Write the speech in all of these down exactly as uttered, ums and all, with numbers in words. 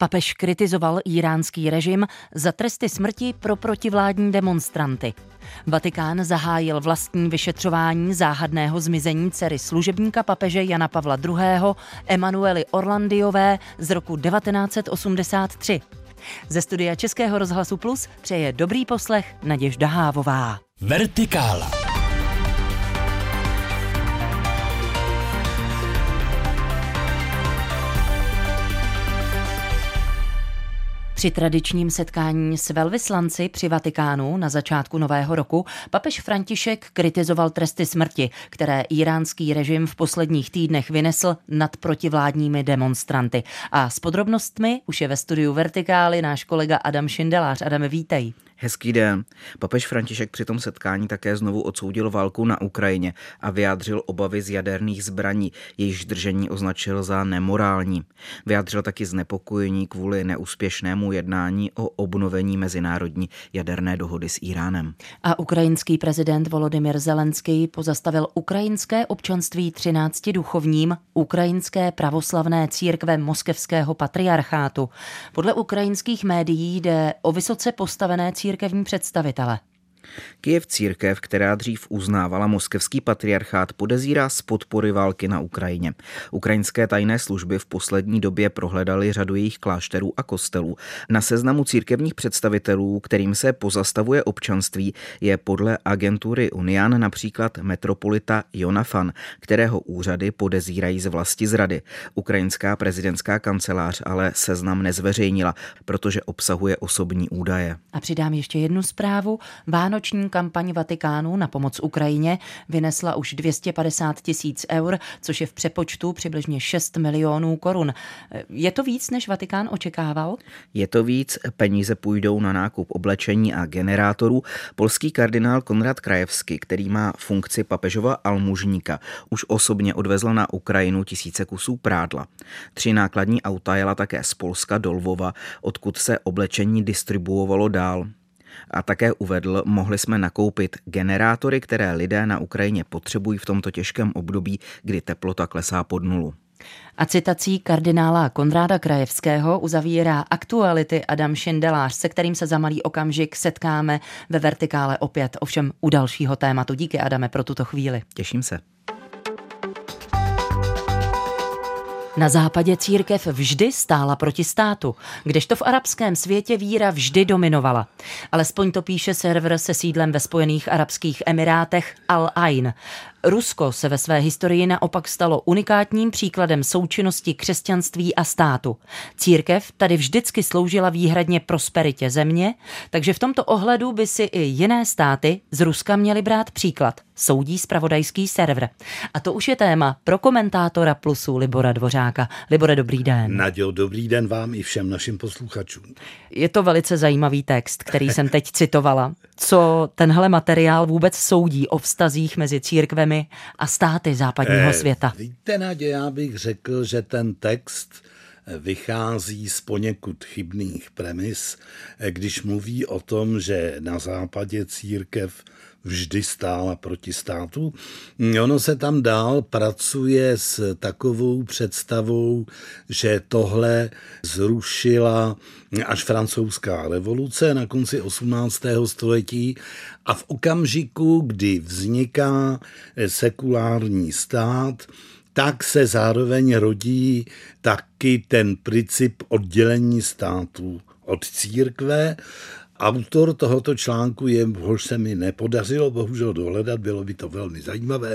Papež kritizoval íránský režim za tresty smrti pro protivládní demonstranty. Vatikán zahájil vlastní vyšetřování záhadného zmizení dcery služebníka papeže Jana Pavla druhého. Emanuely Orlandiové z roku devatenáct set osmdesát tři. Ze studia Českého rozhlasu Plus přeje dobrý poslech Naděžda Hávová. Vertikála. Při tradičním setkání s velvyslanci při Vatikánu na začátku nového roku papež František kritizoval tresty smrti, které íránský režim v posledních týdnech vynesl nad protivládními demonstranty. A s podrobnostmi už je ve studiu Vertikály náš kolega Adam Šindelář. Adame, vítej. Hezký den. Papež František při tom setkání také znovu odsoudil válku na Ukrajině a vyjádřil obavy z jaderných zbraní, jejichž držení označil za nemorální. Vyjádřil taky znepokojení kvůli neúspěšnému jednání o obnovení mezinárodní jaderné dohody s Íránem. A ukrajinský prezident Volodymyr Zelenský pozastavil ukrajinské občanství třinácti duchovním ukrajinské pravoslavné církve Moskevského patriarchátu. Podle ukrajinských médií jde o vysoce postavené církve církevní představitele. Kyjev církev, která dřív uznávala moskevský patriarchát, podezírá z podpory války na Ukrajině. Ukrajinské tajné služby v poslední době prohledaly řadu jejich klášterů a kostelů. Na seznamu církevních představitelů, kterým se pozastavuje občanství, je podle agentury Unian například metropolita Jonafan, kterého úřady podezírají z vlastizrady. Ukrajinská prezidentská kancelář ale seznam nezveřejnila, protože obsahuje osobní údaje. A přidám ještě jednu zprávu. Vánoční kampaň Vatikánu na pomoc Ukrajině vynesla už dvě stě padesát tisíc eur, což je v přepočtu přibližně šest milionů korun. Je to víc, než Vatikán očekával? Je to víc, peníze půjdou na nákup oblečení a generátorů. Polský kardinál Konrad Krajewski, který má funkci papežova almužníka, už osobně odvezl na Ukrajinu tisíce kusů prádla. Tři nákladní auta jela také z Polska do Lvova, odkud se oblečení distribuovalo dál. A také uvedl, mohli jsme nakoupit generátory, které lidé na Ukrajině potřebují v tomto těžkém období, kdy teplota klesá pod nulu. A citací kardinála Konráda Krajewského uzavírá aktuality Adam Šindelář, se kterým se za malý okamžik setkáme ve Vertikále opět, ovšem u dalšího tématu. Díky, Adame, pro tuto chvíli. Těším se. Na západě církev vždy stála proti státu, kdežto v arabském světě víra vždy dominovala. Alespoň to píše server se sídlem ve Spojených arabských emirátech Al Ain. Rusko se ve své historii naopak stalo unikátním příkladem součinnosti křesťanství a státu. Církev tady vždycky sloužila výhradně prosperitě země, takže v tomto ohledu by si i jiné státy z Ruska měly brát příklad, soudí zpravodajský server. A to už je téma pro komentátora Plusu Libora Dvořáka. Libore, dobrý den. Nadějo, dobrý den vám i všem našim posluchačům. Je to velice zajímavý text, který jsem teď citovala. Co tenhle materiál vůbec soudí o vztazích mezi církvemi a státy západního eh, světa? Víte, Nadě, já bych řekl, že ten text vychází z poněkud chybných premis, když mluví o tom, že na západě církev vždy stála proti státu. Ono se tam dál pracuje s takovou představou, že tohle zrušila až francouzská revoluce na konci osmnáctého století a v okamžiku, kdy vzniká sekulární stát, tak se zároveň rodí taky ten princip oddělení státu od církve. Autor tohoto článku, jehož se mi nepodařilo bohužel dohledat, bylo by to velmi zajímavé,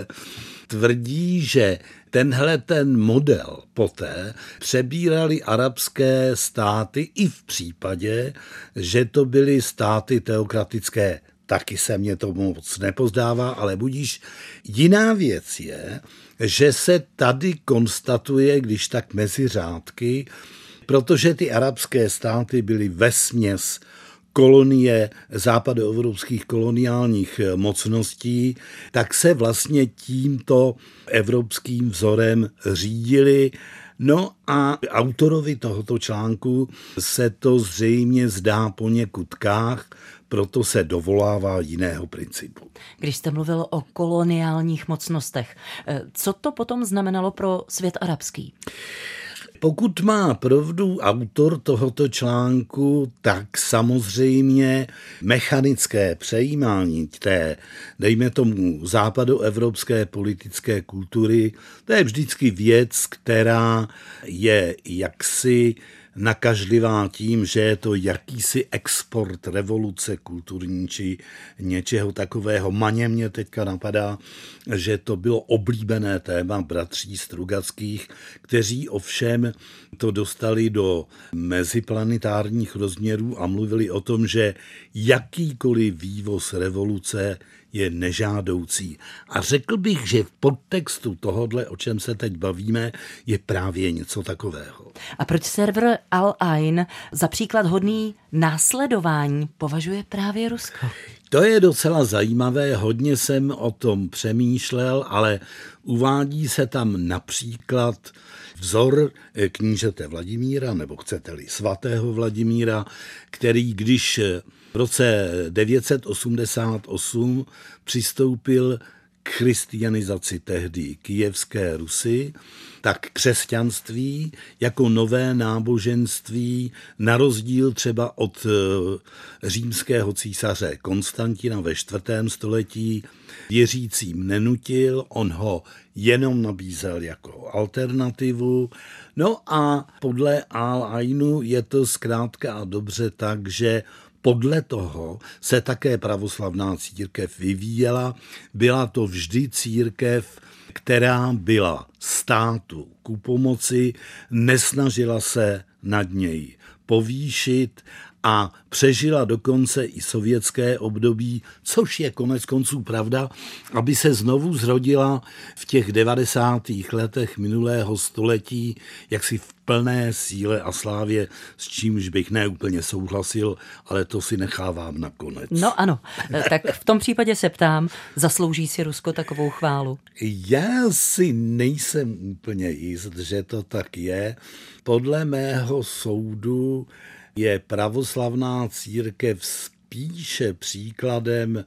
tvrdí, že tenhle ten model poté přebírali arabské státy i v případě, že to byly státy teokratické. Taky se mně to moc nepozdává, ale budíš. Jiná věc je, že se tady konstatuje, když tak mezi řádky, protože ty arabské státy byly vesměs kolonie západoevropských koloniálních mocností, tak se vlastně tímto evropským vzorem řídili. No a autorovi tohoto článku se to zřejmě zdá poněkud kách, proto se dovolává jiného principu. Když jste mluvil o koloniálních mocnostech, co to potom znamenalo pro svět arabský? Pokud má pravdu autor tohoto článku, tak samozřejmě mechanické přejímání té, dejme tomu, západoevropské politické kultury, to je vždycky věc, která je jaksi nakažlivá tím, že je to jakýsi export revoluce kulturní či něčeho takového. Maně mě teďka napadá, že to bylo oblíbené téma bratří Strugackých, kteří ovšem to dostali do meziplanetárních rozměrů a mluvili o tom, že jakýkoliv vývoz revoluce je nežádoucí. A řekl bych, že v podtextu tohodle, o čem se teď bavíme, je právě něco takového. A proč server Al Ain za příklad hodný následování považuje právě Rusko? To je docela zajímavé, hodně jsem o tom přemýšlel, ale uvádí se tam například vzor knížete Vladimíra, nebo chcete-li svatého Vladimíra, který když v roce devět set osmdesát osm přistoupil k chристianizaci tehdy kyjevské Rusy, tak křesťanství jako nové náboženství, na rozdíl třeba od římského císaře Konstantina ve čtvrtém století, věřícím nenutil, on ho jenom nabízel jako alternativu. No a podle Al Ainu je to zkrátka a dobře tak, že podle toho se také pravoslavná církev vyvíjela. Byla to vždy církev, která byla státu ku pomoci, nesnažila se nad něj povýšit a přežila dokonce i sovětské období, což je konec konců pravda, aby se znovu zrodila v těch devadesátých letech minulého století, jaksi v plné síle a slávě, s čímž bych neúplně souhlasil, ale to si nechávám na konec. No ano, tak v tom případě se ptám, zaslouží si Rusko takovou chválu? Já si nejsem úplně jist, že to tak je. Podle mého soudu je pravoslavná církev spíše příkladem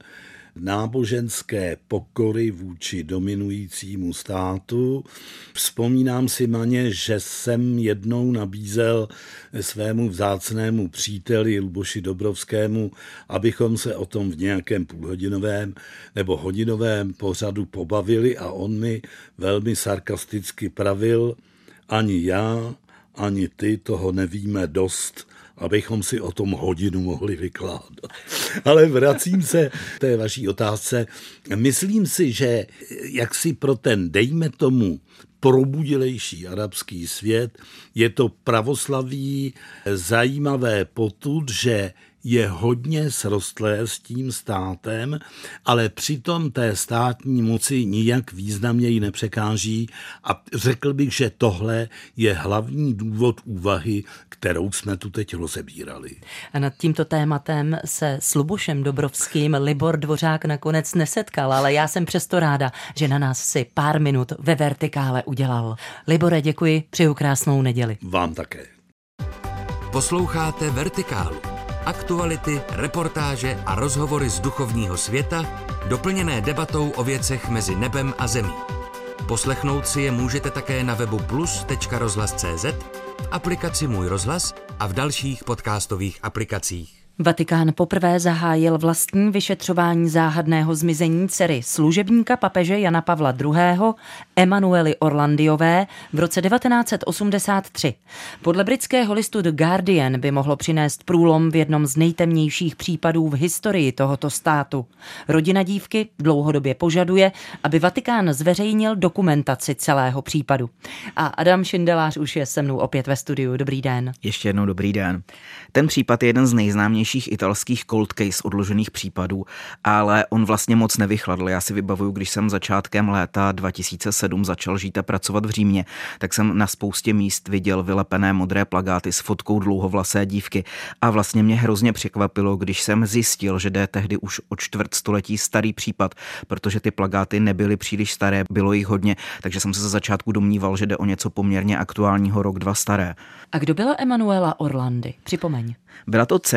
náboženské pokory vůči dominujícímu státu. Vzpomínám si, Maně, že jsem jednou nabízel svému vzácnému příteli Luboši Dobrovskému, abychom se o tom v nějakém půlhodinovém nebo hodinovém pořadu pobavili a on mi velmi sarkasticky pravil: ani já, ani ty toho nevíme dost, abychom si o tom hodinu mohli vykládat. Ale vracím se k té vaší otázce. Myslím si, že jaksi pro ten, dejme tomu, probudilejší arabský svět je to pravoslaví zajímavé potud, že je hodně srostlé s tím státem, ale přitom té státní moci nijak významněji nepřekáží a řekl bych, že tohle je hlavní důvod úvahy, kterou jsme tu teď rozebírali. A nad tímto tématem se s Lubošem Dobrovským Libor Dvořák nakonec nesetkal, ale já jsem přesto ráda, že na nás si pár minut ve Vertikále udělal. Libore, děkuji, přeju krásnou neděli. Vám také. Posloucháte Vertikálu. Aktuality, reportáže a rozhovory z duchovního světa, doplněné debatou o věcech mezi nebem a zemí. Poslechnout si je můžete také na webu plus tečka rozhlas tečka cé zet, v aplikaci Můj rozhlas a v dalších podcastových aplikacích. Vatikán poprvé zahájil vlastní vyšetřování záhadného zmizení dcery služebníka papeže Jana Pavla druhého. Emanuely Orlandiové v roce devatenáct set osmdesát tři. Podle britského listu The Guardian by mohlo přinést průlom v jednom z nejtemnějších případů v historii tohoto státu. Rodina dívky dlouhodobě požaduje, aby Vatikán zveřejnil dokumentaci celého případu. A Adam Šindelář už je se mnou opět ve studiu. Dobrý den. Ještě jednou dobrý den. Ten případ je jeden z nejznámějších italských cold case odložených případů, ale on vlastně moc nevychladl. Já si vybavuju, když jsem začátkem léta dva tisíce sedm začal žít a pracovat v Římě, tak jsem na spoustě míst viděl vylepené modré plakáty s fotkou dlouhovlasé dívky a vlastně mě hrozně překvapilo, když jsem zjistil, že jde tehdy už o čtvrt století starý případ, protože ty plakáty nebyly příliš staré, bylo jich hodně, takže jsem se za začátku domníval, že jde o něco poměrně aktuálního, rok dva staré. A kdo byla Emanuela Orlandi? Připomeň. Byla to dcera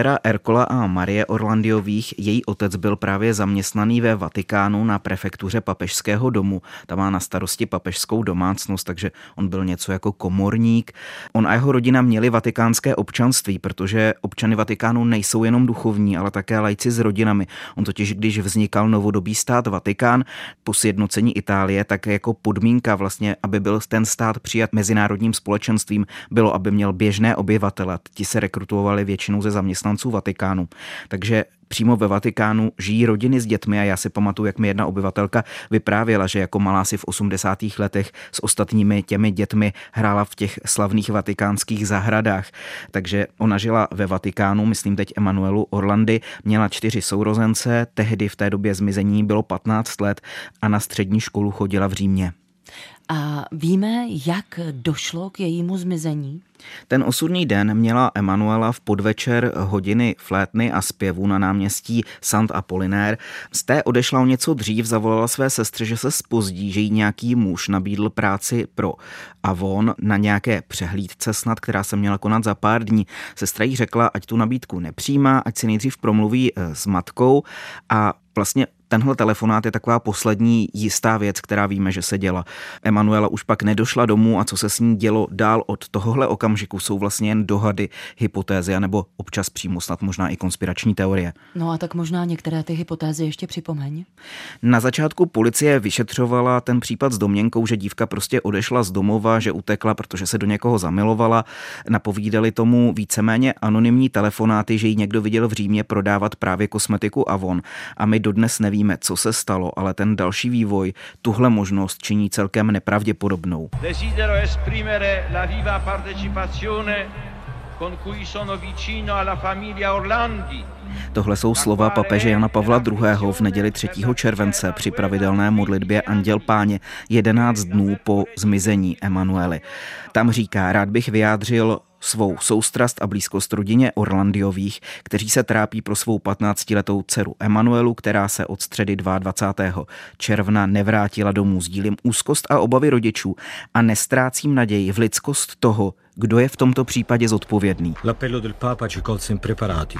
Ercola a Marie Orlandiových. Její otec byl právě zaměstnaný ve Vatikánu na prefektuře papežského domu. Tam má na starosti papežskou domácnost, takže on byl něco jako komorník. On a jeho rodina měli vatikánské občanství, protože občany Vatikánu nejsou jenom duchovní, ale také laici s rodinami. On totiž, když vznikal novodobý stát Vatikán po sjednocení Itálie, tak jako podmínka vlastně, aby byl ten stát přijat mezinárodním společenstvím, bylo, aby měl běžné obyvatele. Ti se rekrutovali většinou ze zaměstnanců Vatikánu. Takže přímo ve Vatikánu žijí rodiny s dětmi a já si pamatuju, jak mi jedna obyvatelka vyprávěla, že jako malá si v osmdesátých letech s ostatními těmi dětmi hrála v těch slavných vatikánských zahradách. Takže ona žila ve Vatikánu, myslím teď Emanuelu Orlandi, měla čtyři sourozence, tehdy v té době zmizení bylo patnáct let a na střední školu chodila v Římě. A víme, jak došlo k jejímu zmizení? Ten osudný den měla Emanuela v podvečer hodiny flétny a zpěvu na náměstí Sant Apollinaire. Z té odešla o něco dřív, zavolala své sestře, že se zpozdí, že jí nějaký muž nabídl práci pro Avon na nějaké přehlídce snad, která se měla konat za pár dní. Sestra jí řekla, ať tu nabídku nepřijímá, ať si nejdřív promluví s matkou a vlastně tenhle telefonát je taková poslední jistá věc, která víme, že se děla. Emanuela už pak nedošla domů a co se s ní dělo dál od tohohle okamžiku jsou vlastně jen dohady, hypotézy, nebo občas přímo snad možná i konspirační teorie. No a tak možná některé ty hypotézy ještě připomeň. Na začátku policie vyšetřovala ten případ s domněnkou, že dívka prostě odešla z domova, že utekla, protože se do někoho zamilovala. Napovídali tomu víceméně anonymní telefonáty, že ji někdo viděl v Římě prodávat právě kosmetiku Avon. A my dodnes nevíme, co se stalo, ale ten další vývoj tuhle možnost činí celkem nepravděpodobnou. Desidero esprimere la viva partecipazione con cui sono vicino alla famiglia Orlandi. Tohle jsou slova papeže Jana Pavla druhého. v neděli třetího července při pravidelné modlitbě Anděl Páně jedenáct dnů po zmizení Emanuely. Tam říká, rád bych vyjádřil svou soustrast a blízkost rodině Orlandiových, kteří se trápí pro svou patnáctiletou dceru Emanuelu, která se od středy dvacátého druhého června nevrátila domů. Sdílím úzkost a obavy rodičů a nestrácím naději v lidskost toho, kdo je v tomto případě zodpovědný. L'appello del Papa ci colse impreparati.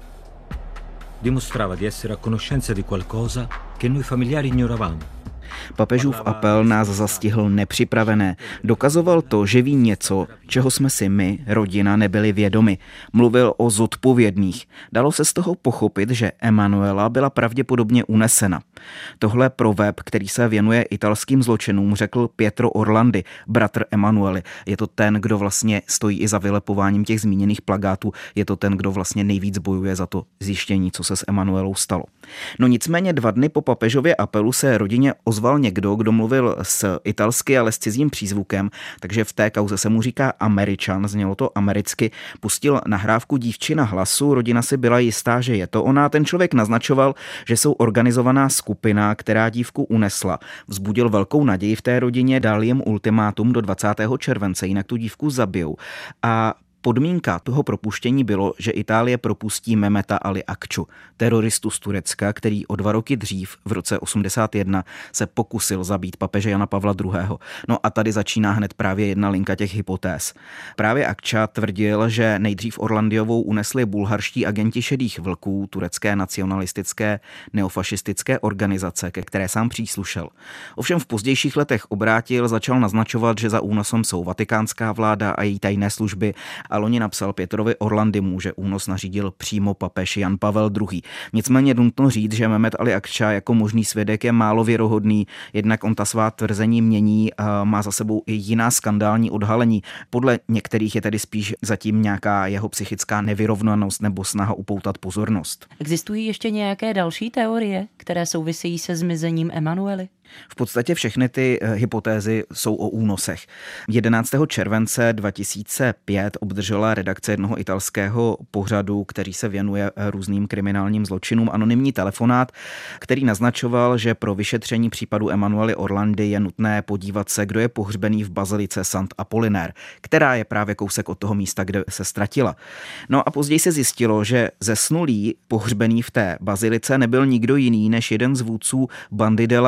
Dimostrava di essere a conoscenza di qualcosa che noi familiari ignoravamo. Papežův apel nás zastihl nepřipravené. Dokazoval to, že ví něco, čeho jsme si my, rodina, nebyli vědomi. Mluvil o zodpovědných. Dalo se z toho pochopit, že Emanuela byla pravděpodobně unesena. Tohle pro web, který se věnuje italským zločinům, řekl Pietro Orlandi, bratr Emanuely. Je to ten, kdo vlastně stojí i za vylepováním těch zmíněných plakátů. Je to ten, kdo vlastně nejvíc bojuje za to zjištění, co se s Emanuelou stalo. No nicméně dva dny po papežově apelu se rodině ozval někdo, kdo mluvil s italsky, ale s cizím přízvukem, takže v té kauze se mu říká Američan, znělo to americky, pustil nahrávku dívčina hlasu, rodina si byla jistá, že je to ona, ten člověk naznačoval, že jsou organizovaná skupina, která dívku unesla. Vzbudil velkou naději v té rodině, dal jim ultimátum do dvacátého července, jinak tu dívku zabijou. A podmínka toho propuštění bylo, že Itálie propustí Mehmeta Ali Akçu, teroristu z Turecka, který o dva roky dřív, v roce osmdesát jedna, se pokusil zabít papeže Jana Pavla druhého. No a tady začíná hned právě jedna linka těch hypotéz. Právě Akça tvrdil, že nejdřív Orlandiovou unesli bulharští agenti šedých vlků, turecké nacionalistické neofašistické organizace, ke které sám příslušel. Ovšem v pozdějších letech obrátil, začal naznačovat, že za únosem jsou vatikánská vláda a její tajné služby, a loni napsal Pietrovi Orlandimu, že únos nařídil přímo papež Jan Pavel druhý. Nicméně nutno říct, že Mehmet Ali Akça jako možný svědek je málo věrohodný, jednak on ta svá tvrzení mění a má za sebou i jiná skandální odhalení. Podle některých je tedy spíš zatím nějaká jeho psychická nevyrovnanost nebo snaha upoutat pozornost. Existují ještě nějaké další teorie, které souvisejí se zmizením Emanuely? V podstatě všechny ty hypotézy jsou o únosech. jedenáctého července dva tisíce pět obdržela redakce jednoho italského pořadu, který se věnuje různým kriminálním zločinům, anonymní telefonát, který naznačoval, že pro vyšetření případu Emanuely Orlandi je nutné podívat se, kdo je pohřbený v bazilice Sant Apollinaire, která je právě kousek od toho místa, kde se ztratila. No a později se zjistilo, že zesnulý pohřbený v té bazilice nebyl nikdo jiný než jeden z vůdců bandy della Maliana,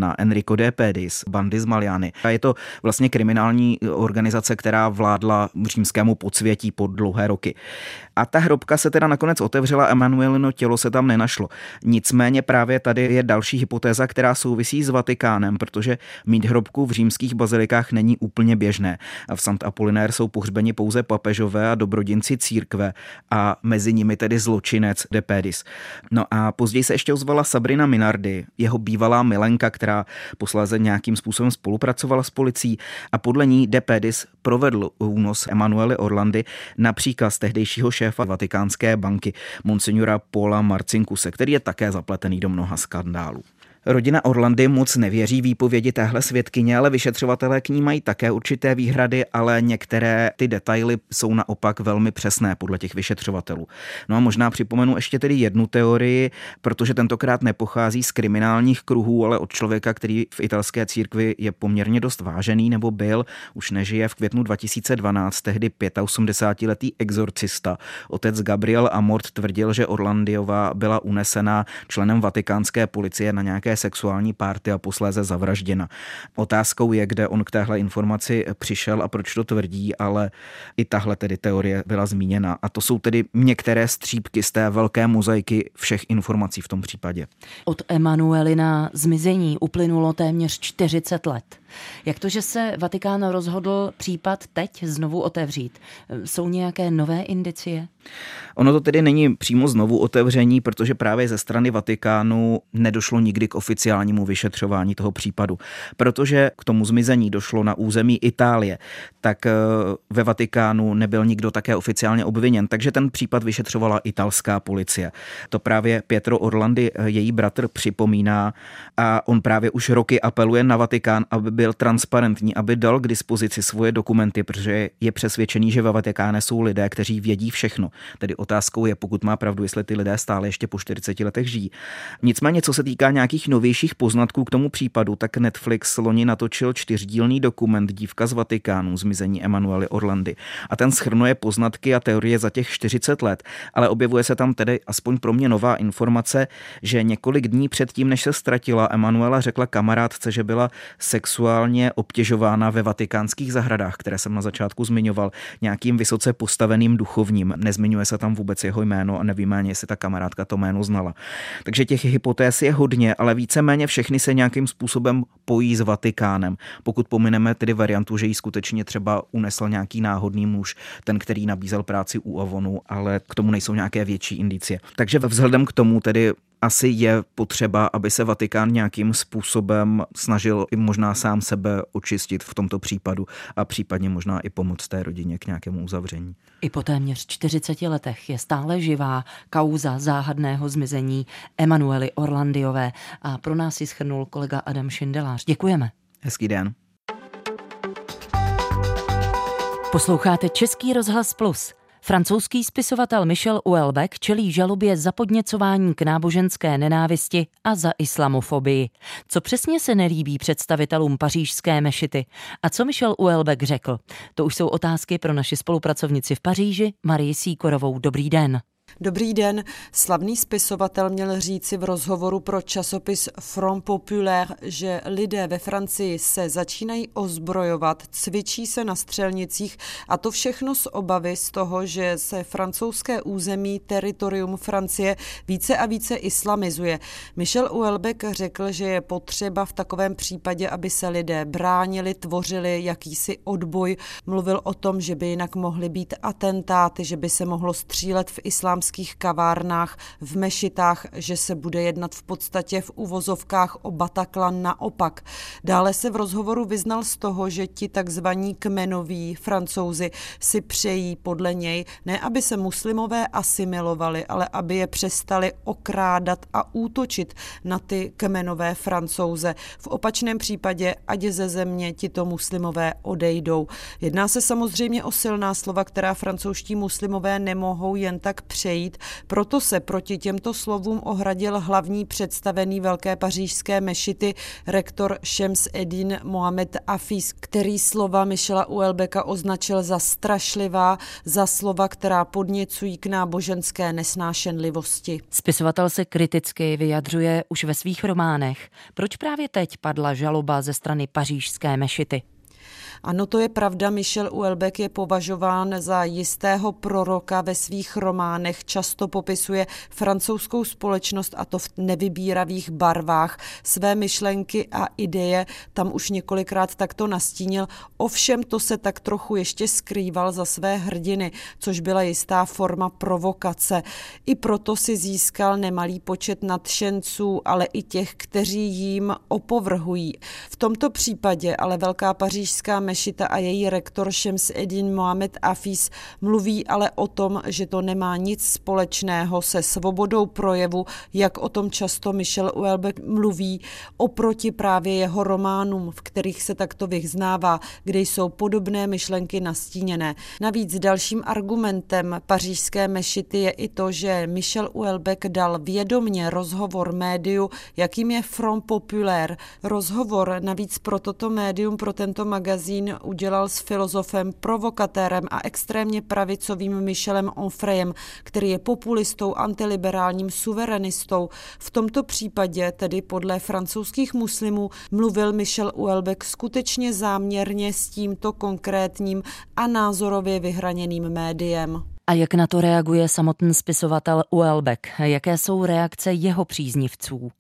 pána Enrico de Pedis, bandy z Maliany. A je to vlastně kriminální organizace, která vládla římskému podsvětí po dlouhé roky. A ta hrobka se teda nakonec otevřela, Emanuelino tělo se tam nenašlo. Nicméně právě tady je další hypotéza, která souvisí s Vatikánem, protože mít hrobku v římských bazilikách není úplně běžné. V Sant Apollinaire jsou pohřbeni pouze papežové a dobrodinci církve a mezi nimi tedy zločinec de Pedis. No a později se ještě ozvala Sabrina Minardi, jeho bývalá milenka, která posléze nějakým způsobem spolupracovala s policií a podle ní de Pedis provedl únos Emanuely Orlandy na příkaz tehdejšího šéfa Vatikánské banky, monsignora Paula Marcinkuse, který je také zapletený do mnoha skandálů. Rodina Orlandy moc nevěří výpovědi téhle svědkyně, ale vyšetřovatelé k ní mají také určité výhrady, ale některé ty detaily jsou naopak velmi přesné podle těch vyšetřovatelů. No a možná připomenu ještě tedy jednu teorii, protože tentokrát nepochází z kriminálních kruhů, ale od člověka, který v italské církvi je poměrně dost vážený nebo byl, už nežije. V květnu dva tisíce dvanáct tehdy osmdesátiletý exorcista, otec Gabriel Amort, tvrdil, že Orlandiová byla unesena členem vatikánské policie na nějaké sexuální párty a posléze zavražděna. Otázkou je, kde on k téhle informaci přišel a proč to tvrdí, ale i tahle tedy teorie byla zmíněna. A to jsou tedy některé střípky z té velké mozaiky všech informací v tom případě. Od Emanuelina zmizení uplynulo téměř čtyřicet let. Jak to, že se Vatikán rozhodl případ teď znovu otevřít? Jsou nějaké nové indicie? Ono to tedy není přímo znovu otevření, protože právě ze strany Vatikánu nedošlo nikdy k oficiálnímu vyšetřování toho případu. Protože k tomu zmizení došlo na území Itálie, tak ve Vatikánu nebyl nikdo také oficiálně obviněn, takže ten případ vyšetřovala italská policie. To právě Pietro Orlandi, její bratr, připomíná a on právě už roky apeluje na Vatikán, aby byl transparentní, aby dal k dispozici svoje dokumenty, protože je přesvědčený, že ve Vatikáne jsou lidé, kteří vědí všechno. Tedy otázkou je, pokud má pravdu, jestli ty lidé stále ještě po čtyřiceti letech žijí. Nicméně, co se týká nějakých novějších poznatků k tomu případu, tak Netflix loni natočil čtyřdílný dokument Dívka z Vatikánu, zmizení Emanuely Orlandy. A ten shrnuje poznatky a teorie za těch čtyřicet let, ale objevuje se tam tedy aspoň pro mě nová informace, že několik dní předtím, než se ztratila, Emanuela řekla kamarádce, že byla sexuálně obtěžována ve vatikánských zahradách, které jsem na začátku zmiňoval, nějakým vysoce postaveným duchovním. Nezmiňuje se tam vůbec jeho jméno a nevíme ani, jestli ta kamarádka to jméno znala. Takže těch hypotéz je hodně, ale víceméně všechny se nějakým způsobem pojí s Vatikánem. Pokud pomineme tedy variantu, že jí skutečně třeba unesl nějaký náhodný muž, ten, který nabízel práci u Avonu, ale k tomu nejsou nějaké větší indicie. Takže vzhledem k tomu tedy asi je potřeba, aby se Vatikán nějakým způsobem snažil i možná sám sebe očistit v tomto případu a případně možná i pomoct té rodině k nějakému uzavření. I po téměř čtyřiceti letech je stále živá kauza záhadného zmizení Emanuely Orlandiové a pro nás ji shrnul kolega Adam Šindelář. Děkujeme. Hezký den. Posloucháte Český rozhlas Plus. Francouzský spisovatel Michel Houellebecq čelí žalobě za podněcování k náboženské nenávisti a za islamofobii. Co přesně se nelíbí představitelům pařížské mešity? A co Michel Houellebecq řekl? To už jsou otázky pro naši spolupracovnici v Paříži, Marii Sýkorovou. Dobrý den. Dobrý den. Slavný spisovatel měl říci v rozhovoru pro časopis Front Populaire, že lidé ve Francii se začínají ozbrojovat, cvičí se na střelnicích a to všechno z obavy z toho, že se francouzské území, teritorium Francie více a více islamizuje. Michel Houellebecq řekl, že je potřeba v takovém případě, aby se lidé bránili, tvořili jakýsi odboj. Mluvil o tom, že by jinak mohly být atentáty, že by se mohlo střílet v islámských kavárnách, v mešitách, že se bude jednat v podstatě v uvozovkách o Bataclan naopak. Dále se v rozhovoru vyznal z toho, že ti takzvaní kmenoví Francouzi si přejí podle něj ne, aby se muslimové asimilovali, ale aby je přestali okrádat a útočit na ty kmenové Francouze. V opačném případě, ať ze země tito muslimové odejdou. Jedná se samozřejmě o silná slova, která francouzští muslimové nemohou jen tak přejít. přejít, proto se proti těmto slovům ohradil hlavní představený Velké pařížské mešity rektor Šems Edin Mohamed Hafiz, který slova Michela Houellebecqa označil za strašlivá, za slova, která podněcují k náboženské nesnášenlivosti. Spisovatel se kriticky vyjadřuje už ve svých románech. Proč právě teď padla žaloba ze strany pařížské mešity? Ano, to je pravda, Michel Houellebecq je považován za jistého proroka ve svých románech, často popisuje francouzskou společnost a to v nevybíravých barvách. Své myšlenky a ideje tam už několikrát takto nastínil, ovšem to se tak trochu ještě skrýval za své hrdiny, což byla jistá forma provokace. I proto si získal nemalý počet nadšenců, ale i těch, kteří jím opovrhují. V tomto případě ale Velká pařížská mešita a její rektor Šems Edin Mohamed Hafiz mluví ale o tom, že to nemá nic společného se svobodou projevu, jak o tom často Michel Houellebecq mluví, oproti právě jeho románům, v kterých se takto vyznává, kde jsou podobné myšlenky nastíněné. Navíc dalším argumentem pařížské mešity je i to, že Michel Houellebecq dal vědomně rozhovor médiu, jakým je Front Populaire. Rozhovor navíc pro toto médium, pro tento magazín udělal s filozofem, provokatérem a extrémně pravicovým Michelem Onfrayem, který je populistou, antiliberálním suverenistou. V tomto případě, tedy podle francouzských muslimů, mluvil Michel Houellebecq skutečně záměrně s tímto konkrétním a názorově vyhraněným médiem. A jak na to reaguje samotný spisovatel Houellebecq? Jaké jsou reakce jeho příznivců?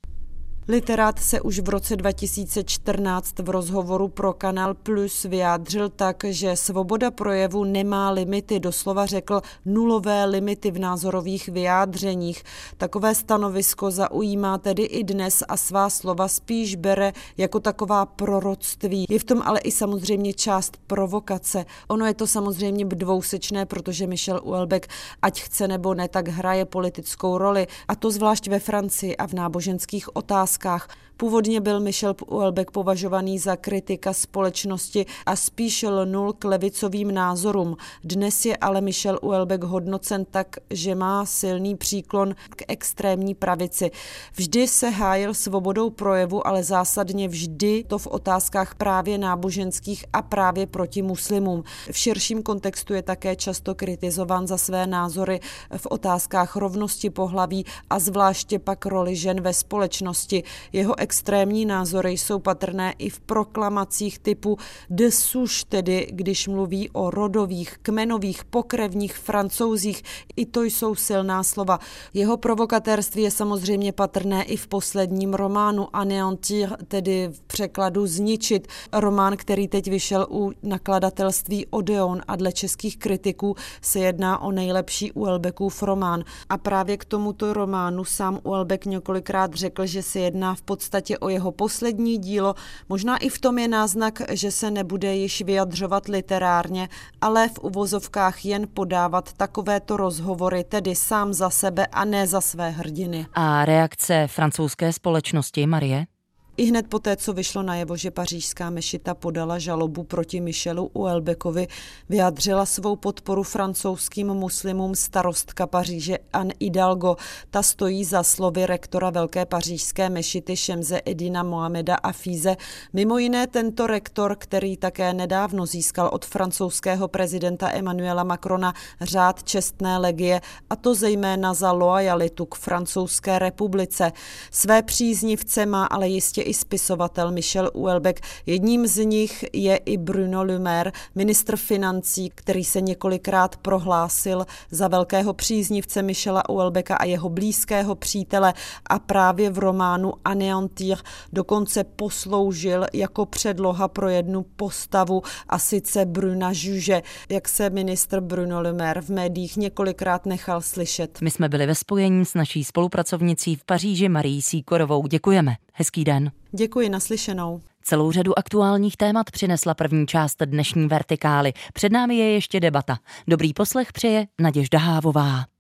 Literát se už v roce dva tisíce čtrnáct v rozhovoru pro Canal Plus vyjádřil tak, že svoboda projevu nemá limity, doslova řekl nulové limity v názorových vyjádřeních. Takové stanovisko zaujímá tedy i dnes a svá slova spíš bere jako taková proroctví. Je v tom ale i samozřejmě část provokace. Ono je to samozřejmě dvousečné, protože Michel Houellebecq, ať chce nebo ne, tak hraje politickou roli, a to zvlášť ve Francii a v náboženských otázkách. Původně byl Michel Houellebecq považovaný za kritika společnosti a spíš lnul k levicovým názorům. Dnes je ale Michel Houellebecq hodnocen tak, že má silný příklon k extrémní pravici. Vždy se hájil svobodou projevu, ale zásadně vždy to v otázkách právě náboženských a právě proti muslimům. V širším kontextu je také často kritizován za své názory v otázkách rovnosti pohlaví a zvláště pak roli žen ve společnosti. Jeho extrémní názory jsou patrné i v proklamacích typu de souche, tedy když mluví o rodových, kmenových, pokrevních Francouzích. I to jsou silná slova. Jeho provokatérství je samozřejmě patrné i v posledním románu Anéantir, tedy v překladu zničit. Román, který teď vyšel u nakladatelství Odeon a dle českých kritiků se jedná o nejlepší Houellebecqův román. A právě k tomuto románu sám Houellebecq několikrát řekl, že se jedná v podstatě o jeho poslední dílo. Možná i v tom je náznak, že se nebude již vyjadřovat literárně, ale v uvozovkách jen podávat takovéto rozhovory, tedy sám za sebe a ne za své hrdiny. A reakce francouzské společnosti, Marie? I hned poté, co vyšlo najevo, že pařížská mešita podala žalobu proti Michelu Houellebecqovi, vyjádřila svou podporu francouzským muslimům starostka Paříže Anne Hidalgo. Ta stojí za slovy rektora Velké pařížské mešity Šemse Edina Mohameda Hafize. Mimo jiné tento rektor, který také nedávno získal od francouzského prezidenta Emmanuela Macrona řád čestné legie, a to zejména za loajalitu k Francouzské republice. Své příznivce má ale jistě i spisovatel Michel Houellebecq. Jedním z nich je i Bruno Le Maire, ministr financí, který se několikrát prohlásil za velkého příznivce Michela Houellebecqa a jeho blízkého přítele a právě v románu Anéantir dokonce posloužil jako předloha pro jednu postavu, a sice Bruna Juge, jak se ministr Bruno Le Maire v médiích několikrát nechal slyšet. My jsme byli ve spojení s naší spolupracovnicí v Paříži Marií Sýkorovou. Děkujeme. Hezký den. Děkuji, naslyšenou. Celou řadu aktuálních témat přinesla první část dnešní Vertikály. Před námi je ještě debata. Dobrý poslech přeje Naděžda Hávová.